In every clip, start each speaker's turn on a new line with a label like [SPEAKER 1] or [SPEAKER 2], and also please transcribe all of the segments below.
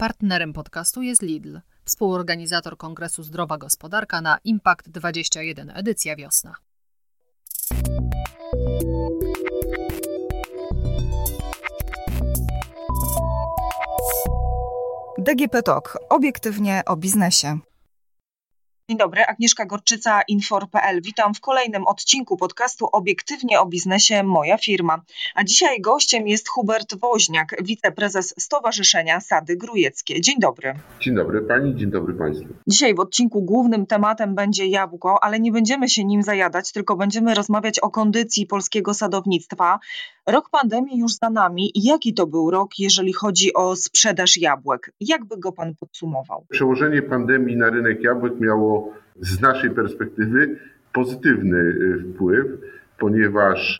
[SPEAKER 1] Partnerem podcastu jest Lidl, współorganizator kongresu Zdrowa Gospodarka na Impact 21 edycja wiosna.
[SPEAKER 2] DGP Talk. Obiektywnie o biznesie. Dzień dobry, Agnieszka Gorczyca, Infor.pl. Witam w kolejnym odcinku podcastu Obiektywnie o biznesie Moja firma. A dzisiaj gościem jest Hubert Woźniak, wiceprezes Stowarzyszenia Sady Grójeckie. Dzień dobry.
[SPEAKER 3] Dzień dobry Pani, dzień dobry Państwu.
[SPEAKER 2] Dzisiaj w odcinku głównym tematem będzie jabłko, ale nie będziemy się nim zajadać, tylko będziemy rozmawiać o kondycji polskiego sadownictwa. Rok pandemii już za nami. Jaki to był rok, jeżeli chodzi o sprzedaż jabłek? Jak by go Pan podsumował?
[SPEAKER 3] Przełożenie pandemii na rynek jabłek miało z naszej perspektywy pozytywny wpływ, ponieważ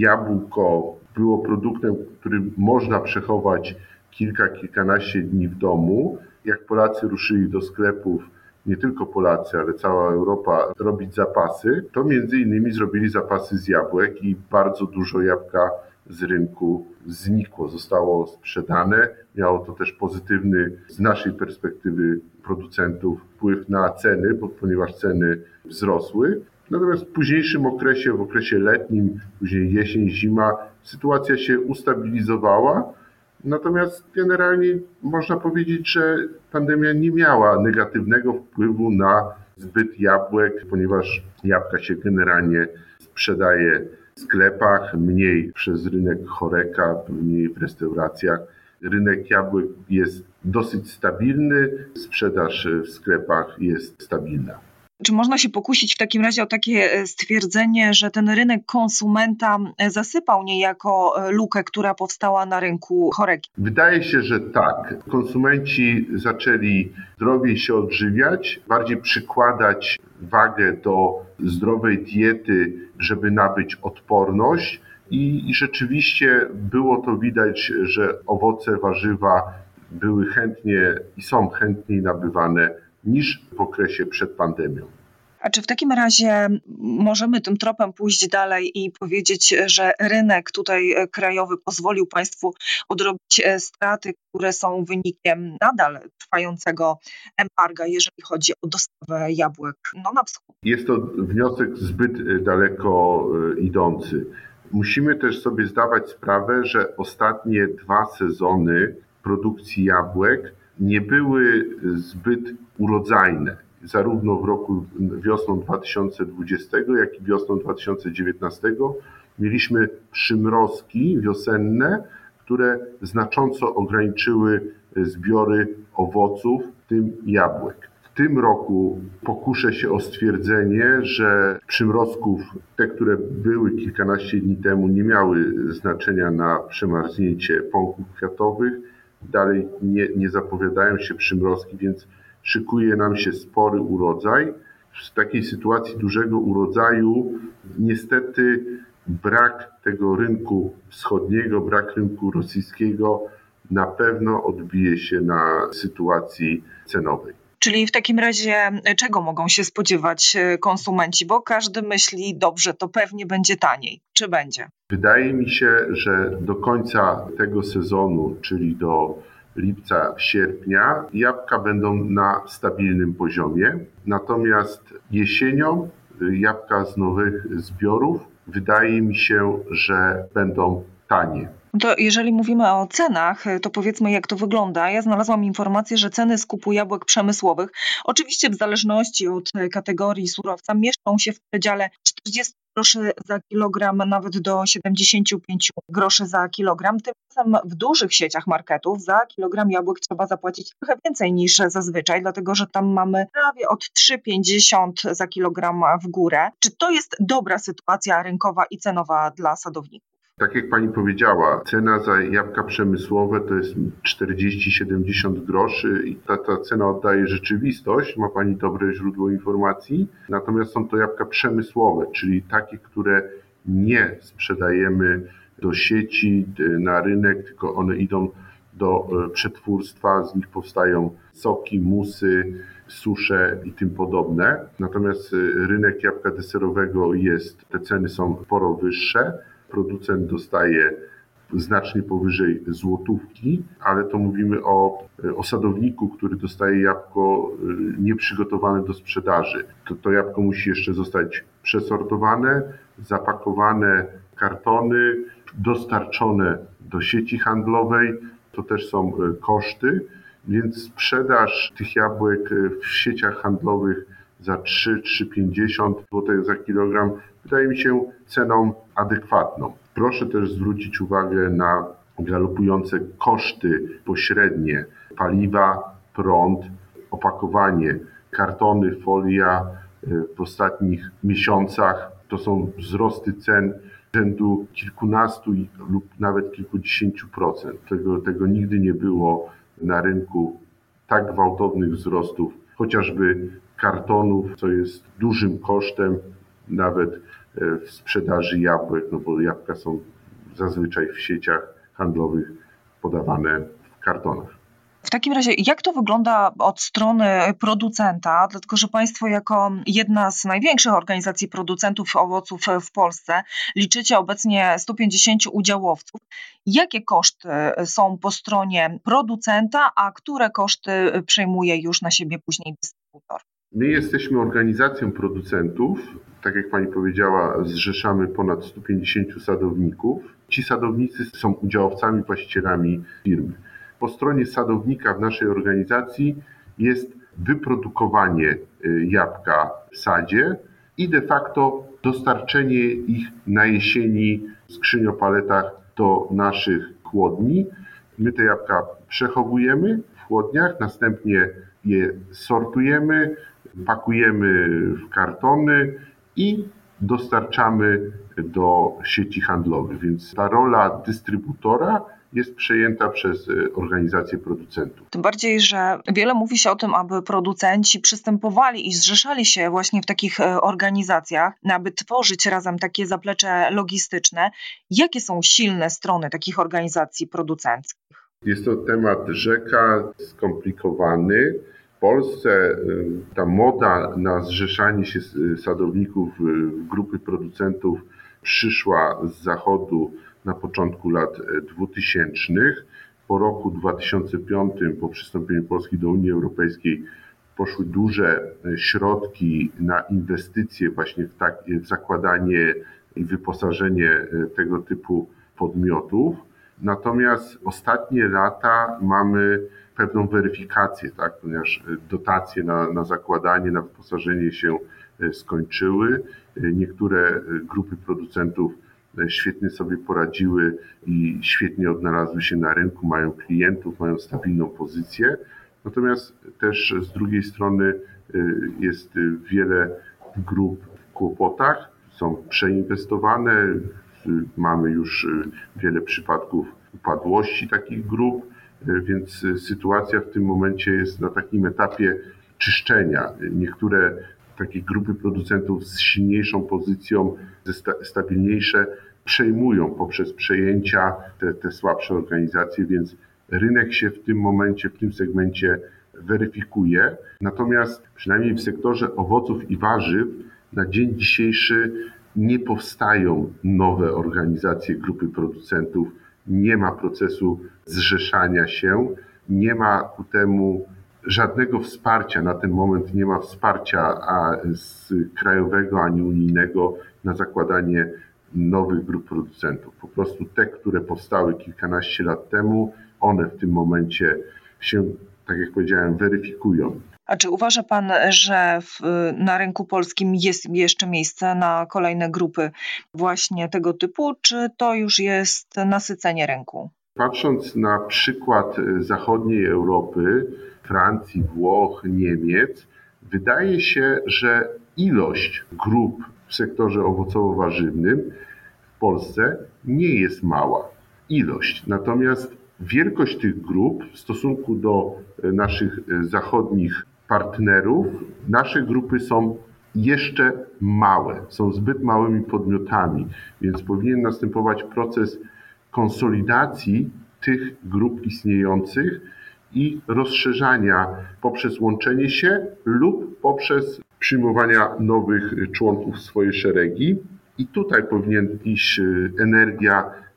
[SPEAKER 3] jabłko było produktem, który można przechować kilkanaście dni w domu. Jak Polacy ruszyli do sklepów, nie tylko Polacy, ale cała Europa, robić zapasy, to między innymi zrobili zapasy z jabłek i bardzo dużo jabłka z rynku znikło, zostało sprzedane. Miało to też pozytywny z naszej perspektywy producentów wpływ na ceny, ponieważ ceny wzrosły. Natomiast w późniejszym okresie, w okresie letnim, później jesień, zima, sytuacja się ustabilizowała. Natomiast generalnie można powiedzieć, że pandemia nie miała negatywnego wpływu na zbyt jabłek, ponieważ jabłka się generalnie sprzedaje w sklepach, mniej przez rynek Horeca, mniej w restauracjach. Rynek jabłek jest dosyć stabilny, sprzedaż w sklepach jest stabilna.
[SPEAKER 2] Czy można się pokusić w takim razie o takie stwierdzenie, że ten rynek konsumenta zasypał niejako lukę, która powstała na rynku Horeki?
[SPEAKER 3] Wydaje się, że tak. Konsumenci zaczęli zdrowiej się odżywiać, bardziej przykładać wagę do zdrowej diety, żeby nabyć odporność i rzeczywiście było to widać, że owoce, warzywa były chętnie i są chętniej nabywane niż w okresie przed pandemią.
[SPEAKER 2] A czy w takim razie możemy tym tropem pójść dalej i powiedzieć, że rynek tutaj krajowy pozwolił Państwu odrobić straty, które są wynikiem nadal trwającego embarga, jeżeli chodzi o dostawę jabłek na wschód?
[SPEAKER 3] Jest to wniosek zbyt daleko idący. Musimy też sobie zdawać sprawę, że ostatnie 2 sezony produkcji jabłek nie były zbyt urodzajne. Zarówno w roku wiosną 2020, jak i wiosną 2019 mieliśmy przymrozki wiosenne, które znacząco ograniczyły zbiory owoców, w tym jabłek. W tym roku pokuszę się o stwierdzenie, że przymrozków, te, które były kilkanaście dni temu, nie miały znaczenia na przemarznięcie pąków kwiatowych. Dalej nie zapowiadają się przymrozki, więc szykuje nam się spory urodzaj. W takiej sytuacji dużego urodzaju niestety brak tego rynku wschodniego, brak rynku rosyjskiego na pewno odbije się na sytuacji cenowej.
[SPEAKER 2] Czyli w takim razie czego mogą się spodziewać konsumenci? Bo każdy myśli, dobrze, to pewnie będzie taniej. Czy będzie?
[SPEAKER 3] Wydaje mi się, że do końca tego sezonu, czyli do lipca, sierpnia, jabłka będą na stabilnym poziomie. Natomiast jesienią jabłka z nowych zbiorów wydaje mi się, że będą tanie.
[SPEAKER 2] To jeżeli mówimy o cenach, to powiedzmy, jak to wygląda. Ja znalazłam informację, że ceny skupu jabłek przemysłowych, oczywiście w zależności od kategorii surowca, mieszczą się w przedziale 40 groszy za kilogram, nawet do 75 groszy za kilogram. Tymczasem w dużych sieciach marketów za kilogram jabłek trzeba zapłacić trochę więcej niż zazwyczaj, dlatego że tam mamy prawie od 3,50 za kilogram w górę. Czy to jest dobra sytuacja rynkowa i cenowa dla sadowników?
[SPEAKER 3] Tak jak Pani powiedziała, cena za jabłka przemysłowe to jest 40-70 groszy i ta cena oddaje rzeczywistość, ma Pani dobre źródło informacji. Natomiast są to jabłka przemysłowe, czyli takie, które nie sprzedajemy do sieci, na rynek, tylko one idą do przetwórstwa, z nich powstają soki, musy, susze i tym podobne. Natomiast rynek jabłka deserowego te ceny są sporo wyższe. Producent dostaje znacznie powyżej złotówki, ale to mówimy o sadowniku, który dostaje jabłko nieprzygotowane do sprzedaży. To jabłko musi jeszcze zostać przesortowane, zapakowane w kartony, dostarczone do sieci handlowej. To też są koszty, więc sprzedaż tych jabłek w sieciach handlowych za 3,50 zł za kilogram wydaje mi się ceną adekwatną. Proszę też zwrócić uwagę na galopujące koszty pośrednie paliwa, prąd, opakowanie, kartony, folia w ostatnich miesiącach. To są wzrosty cen rzędu kilkunastu lub nawet kilkudziesięciu procent. Tego nigdy nie było na rynku, tak gwałtownych wzrostów, chociażby kartonów, co jest dużym kosztem nawet w sprzedaży jabłek, no bo jabłka są zazwyczaj w sieciach handlowych podawane w kartonach.
[SPEAKER 2] W takim razie, jak to wygląda od strony producenta? Dlatego, że Państwo jako jedna z największych organizacji producentów owoców w Polsce liczycie obecnie 150 udziałowców. Jakie koszty są po stronie producenta, a które koszty przejmuje już na siebie później dystrybutor?
[SPEAKER 3] My jesteśmy organizacją producentów. Tak jak Pani powiedziała, zrzeszamy ponad 150 sadowników. Ci sadownicy są udziałowcami, właścicielami firmy. Po stronie sadownika w naszej organizacji jest wyprodukowanie jabłka w sadzie i de facto dostarczenie ich na jesieni w skrzyniopaletach do naszych chłodni. My te jabłka przechowujemy w chłodniach, następnie je sortujemy, pakujemy w kartony i dostarczamy do sieci handlowych. Więc ta rola dystrybutora jest przejęta przez organizację producentów.
[SPEAKER 2] Tym bardziej, że wiele mówi się o tym, aby producenci przystępowali i zrzeszali się właśnie w takich organizacjach, aby tworzyć razem takie zaplecze logistyczne. Jakie są silne strony takich organizacji producenckich?
[SPEAKER 3] Jest to temat rzeka, skomplikowany. W Polsce ta moda na zrzeszanie się sadowników w grupy producentów przyszła z zachodu na początku lat 2000. Po roku 2005, po przystąpieniu Polski do Unii Europejskiej, poszły duże środki na inwestycje właśnie w zakładanie i wyposażenie tego typu podmiotów. Natomiast ostatnie lata mamy pewną weryfikację, tak? Ponieważ dotacje na zakładanie, na wyposażenie się skończyły. Niektóre grupy producentów świetnie sobie poradziły i świetnie odnalazły się na rynku, mają klientów, mają stabilną pozycję. Natomiast też z drugiej strony jest wiele grup w kłopotach, są przeinwestowane. Mamy już wiele przypadków upadłości takich grup, więc sytuacja w tym momencie jest na takim etapie czyszczenia. Niektóre takie grupy producentów z silniejszą pozycją, stabilniejsze, przejmują poprzez przejęcia te słabsze organizacje, więc rynek się w tym momencie, w tym segmencie weryfikuje. Natomiast przynajmniej w sektorze owoców i warzyw na dzień dzisiejszy nie powstają nowe organizacje grupy producentów, nie ma procesu zrzeszania się, nie ma ku temu żadnego wsparcia. Na ten moment nie ma wsparcia z krajowego ani unijnego na zakładanie nowych grup producentów. Po prostu te, które powstały kilkanaście lat temu, one w tym momencie się, tak jak powiedziałem, weryfikują.
[SPEAKER 2] A czy uważa Pan, że na rynku polskim jest jeszcze miejsce na kolejne grupy właśnie tego typu, czy to już jest nasycenie rynku?
[SPEAKER 3] Patrząc na przykład zachodniej Europy, Francji, Włoch, Niemiec, wydaje się, że ilość grup w sektorze owocowo-warzywnym w Polsce nie jest mała. Natomiast wielkość tych grup w stosunku do naszych zachodnich partnerów, nasze grupy są jeszcze małe, są zbyt małymi podmiotami, więc powinien następować proces konsolidacji tych grup istniejących i rozszerzania poprzez łączenie się lub poprzez przyjmowania nowych członków w swoje szeregi. I tutaj powinien iść energia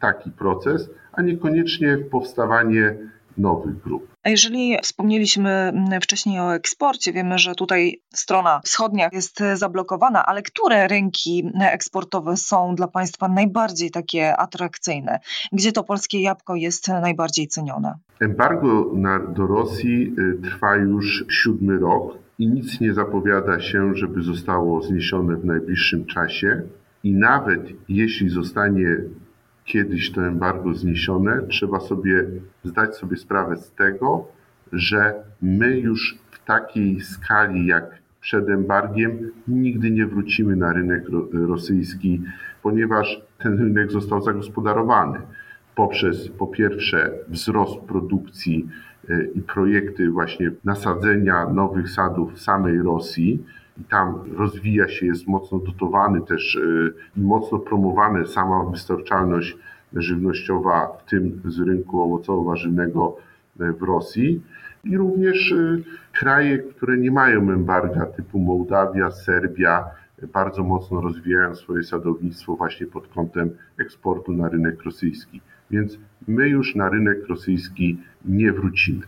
[SPEAKER 3] taki proces, a niekoniecznie w powstawanie nowych grup.
[SPEAKER 2] A jeżeli wspomnieliśmy wcześniej o eksporcie, wiemy, że tutaj strona wschodnia jest zablokowana, ale które rynki eksportowe są dla Państwa najbardziej takie atrakcyjne? Gdzie to polskie jabłko jest najbardziej cenione?
[SPEAKER 3] Embargo do Rosji trwa już 7. rok i nic nie zapowiada się, żeby zostało zniesione w najbliższym czasie. I nawet jeśli zostanie kiedyś to embargo zniesione, trzeba zdać sobie sprawę z tego, że my już w takiej skali jak przed embargiem nigdy nie wrócimy na rynek rosyjski, ponieważ ten rynek został zagospodarowany poprzez po pierwsze wzrost produkcji i projekty właśnie nasadzenia nowych sadów w samej Rosji. I tam rozwija się, jest mocno dotowany też i mocno promowana sama wystarczalność żywnościowa, w tym z rynku owocowo-warzywnego w Rosji. I również kraje, które nie mają embarga, typu Mołdawia, Serbia, bardzo mocno rozwijają swoje sadownictwo właśnie pod kątem eksportu na rynek rosyjski. Więc my już na rynek rosyjski nie wrócimy.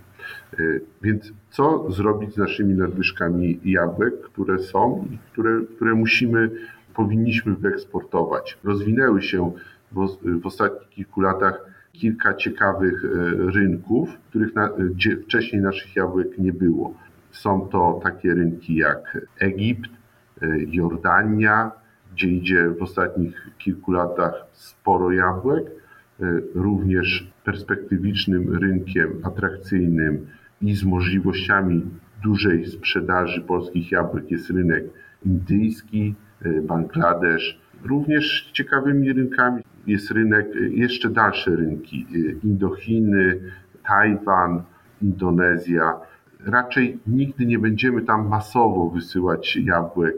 [SPEAKER 3] Więc co zrobić z naszymi nadwyżkami jabłek, które są i które powinniśmy wyeksportować? Rozwinęły się w ostatnich kilku latach kilka ciekawych rynków, gdzie wcześniej naszych jabłek nie było. Są to takie rynki jak Egipt, Jordania, gdzie idzie w ostatnich kilku latach sporo jabłek. Również perspektywicznym rynkiem atrakcyjnym i z możliwościami dużej sprzedaży polskich jabłek jest rynek indyjski, Bangladesz. Również ciekawymi rynkami jest jeszcze dalsze rynki, Indochiny, Tajwan, Indonezja. Raczej nigdy nie będziemy tam masowo wysyłać jabłek,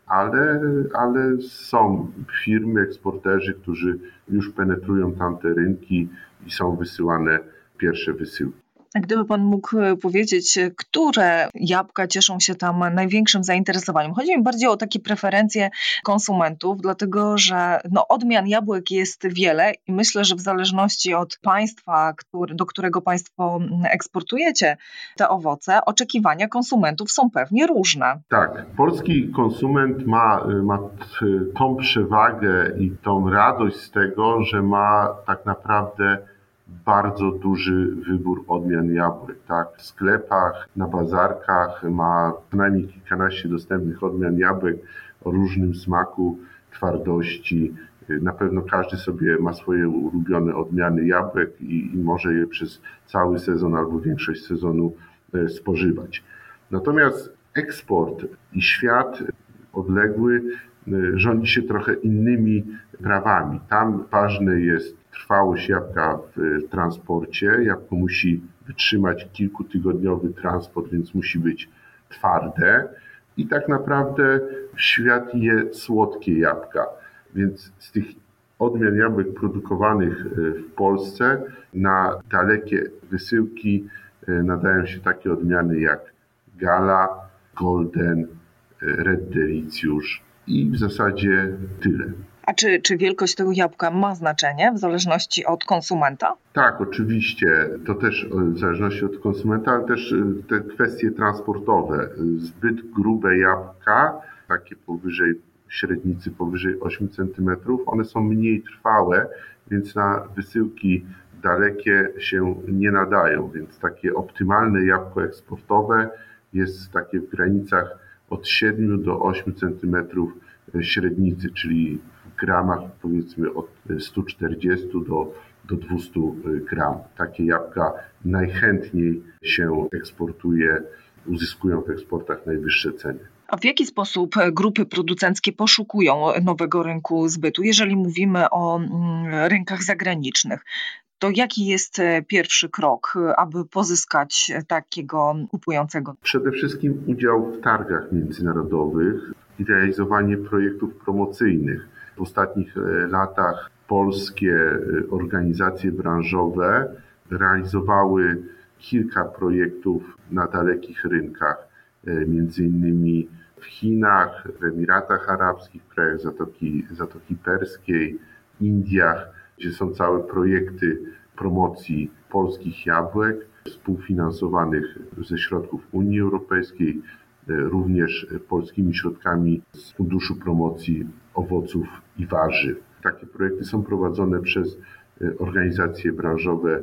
[SPEAKER 3] ale są firmy, eksporterzy, którzy już penetrują tamte rynki i są wysyłane pierwsze wysyłki.
[SPEAKER 2] Gdyby Pan mógł powiedzieć, które jabłka cieszą się tam największym zainteresowaniem? Chodzi mi bardziej o takie preferencje konsumentów, dlatego że odmian jabłek jest wiele i myślę, że w zależności od państwa, do którego Państwo eksportujecie te owoce, oczekiwania konsumentów są pewnie różne.
[SPEAKER 3] Tak, polski konsument ma tą przewagę i tą radość z tego, że ma tak naprawdę bardzo duży wybór odmian jabłek. Tak? W sklepach, na bazarkach ma przynajmniej kilkanaście dostępnych odmian jabłek o różnym smaku, twardości. Na pewno każdy sobie ma swoje ulubione odmiany jabłek i może je przez cały sezon albo większość sezonu spożywać. Natomiast eksport i świat odległy rządzi się trochę innymi prawami. Tam ważne jest trwałość jabłka w transporcie. Jabłko musi wytrzymać kilkutygodniowy transport, więc musi być twarde. I tak naprawdę świat je słodkie jabłka. Więc z tych odmian jabłek produkowanych w Polsce na dalekie wysyłki nadają się takie odmiany jak Gala, Golden, Red Delicious i w zasadzie tyle.
[SPEAKER 2] A czy wielkość tego jabłka ma znaczenie w zależności od konsumenta?
[SPEAKER 3] Tak, oczywiście. To też w zależności od konsumenta, ale też te kwestie transportowe. Zbyt grube jabłka, takie średnicy powyżej 8 cm, one są mniej trwałe, więc na wysyłki dalekie się nie nadają. Więc takie optymalne jabłko eksportowe jest takie w granicach od 7 do 8 cm średnicy, czyli w gramach powiedzmy od 140 do 200 gram. Takie jabłka najchętniej się eksportuje, uzyskują w eksportach najwyższe ceny.
[SPEAKER 2] A w jaki sposób grupy producenckie poszukują nowego rynku zbytu? Jeżeli mówimy o rynkach zagranicznych, to jaki jest pierwszy krok, aby pozyskać takiego kupującego?
[SPEAKER 3] Przede wszystkim udział w targach międzynarodowych i realizowanie projektów promocyjnych. W ostatnich latach polskie organizacje branżowe realizowały kilka projektów na dalekich rynkach, między innymi w Chinach, w Emiratach Arabskich, w krajach Zatoki Perskiej, Indiach. gdzie są całe projekty promocji polskich jabłek, współfinansowanych ze środków Unii Europejskiej, również polskimi środkami z Funduszu Promocji Owoców i Warzyw. Takie projekty są prowadzone przez organizacje branżowe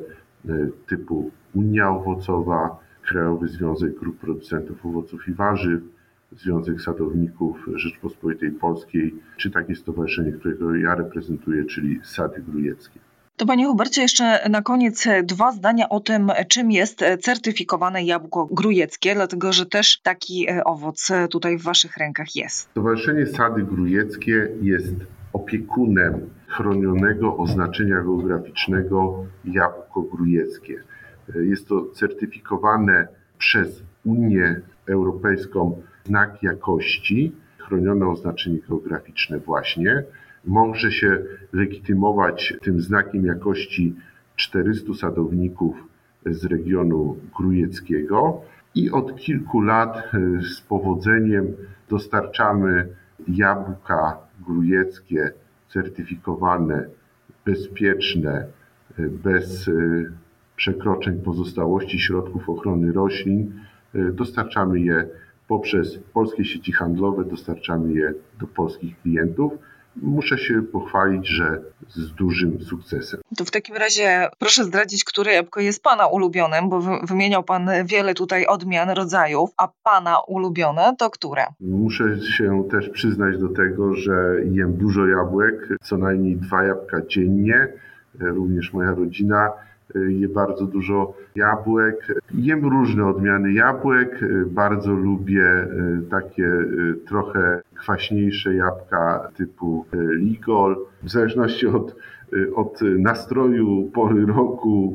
[SPEAKER 3] typu Unia Owocowa, Krajowy Związek Grup Producentów Owoców i Warzyw, Związek Sadowników Rzeczpospolitej Polskiej, czy takie stowarzyszenie, którego ja reprezentuję, czyli Sady Grujeckie.
[SPEAKER 2] To Panie Hubercie, jeszcze na koniec 2 zdania o tym, czym jest certyfikowane jabłko grujeckie, dlatego że też taki owoc tutaj w Waszych rękach jest.
[SPEAKER 3] Stowarzyszenie Sady Grujeckie jest opiekunem chronionego oznaczenia geograficznego jabłko grujeckie. Jest to certyfikowane przez Unię Europejską znak jakości, chronione oznaczenie geograficzne właśnie. Może się legitymować tym znakiem jakości 400 sadowników z regionu grujeckiego i od kilku lat z powodzeniem dostarczamy jabłka grujeckie certyfikowane, bezpieczne, bez przekroczeń pozostałości środków ochrony roślin. Dostarczamy je poprzez polskie sieci handlowe, dostarczamy je do polskich klientów. Muszę się pochwalić, że z dużym sukcesem.
[SPEAKER 2] To w takim razie proszę zdradzić, które jabłko jest Pana ulubionym, bo wymieniał Pan wiele tutaj odmian, rodzajów, a Pana ulubione to które?
[SPEAKER 3] Muszę się też przyznać do tego, że jem dużo jabłek, co najmniej 2 jabłka dziennie. Również moja rodzina je bardzo dużo jabłek. Jem różne odmiany jabłek. Bardzo lubię takie trochę kwaśniejsze jabłka typu Ligol. W zależności od nastroju, pory roku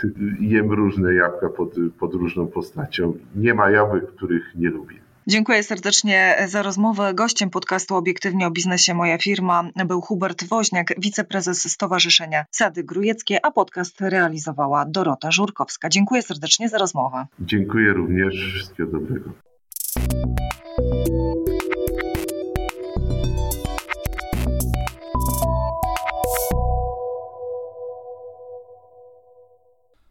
[SPEAKER 3] jem różne jabłka pod różną postacią. Nie ma jabłek, których nie lubię.
[SPEAKER 2] Dziękuję serdecznie za rozmowę. Gościem podcastu Obiektywnie o biznesie Moja firma był Hubert Woźniak, wiceprezes Stowarzyszenia Sady Grujeckie, a podcast realizowała Dorota Żurkowska. Dziękuję serdecznie za rozmowę.
[SPEAKER 3] Dziękuję również. Wszystkiego dobrego.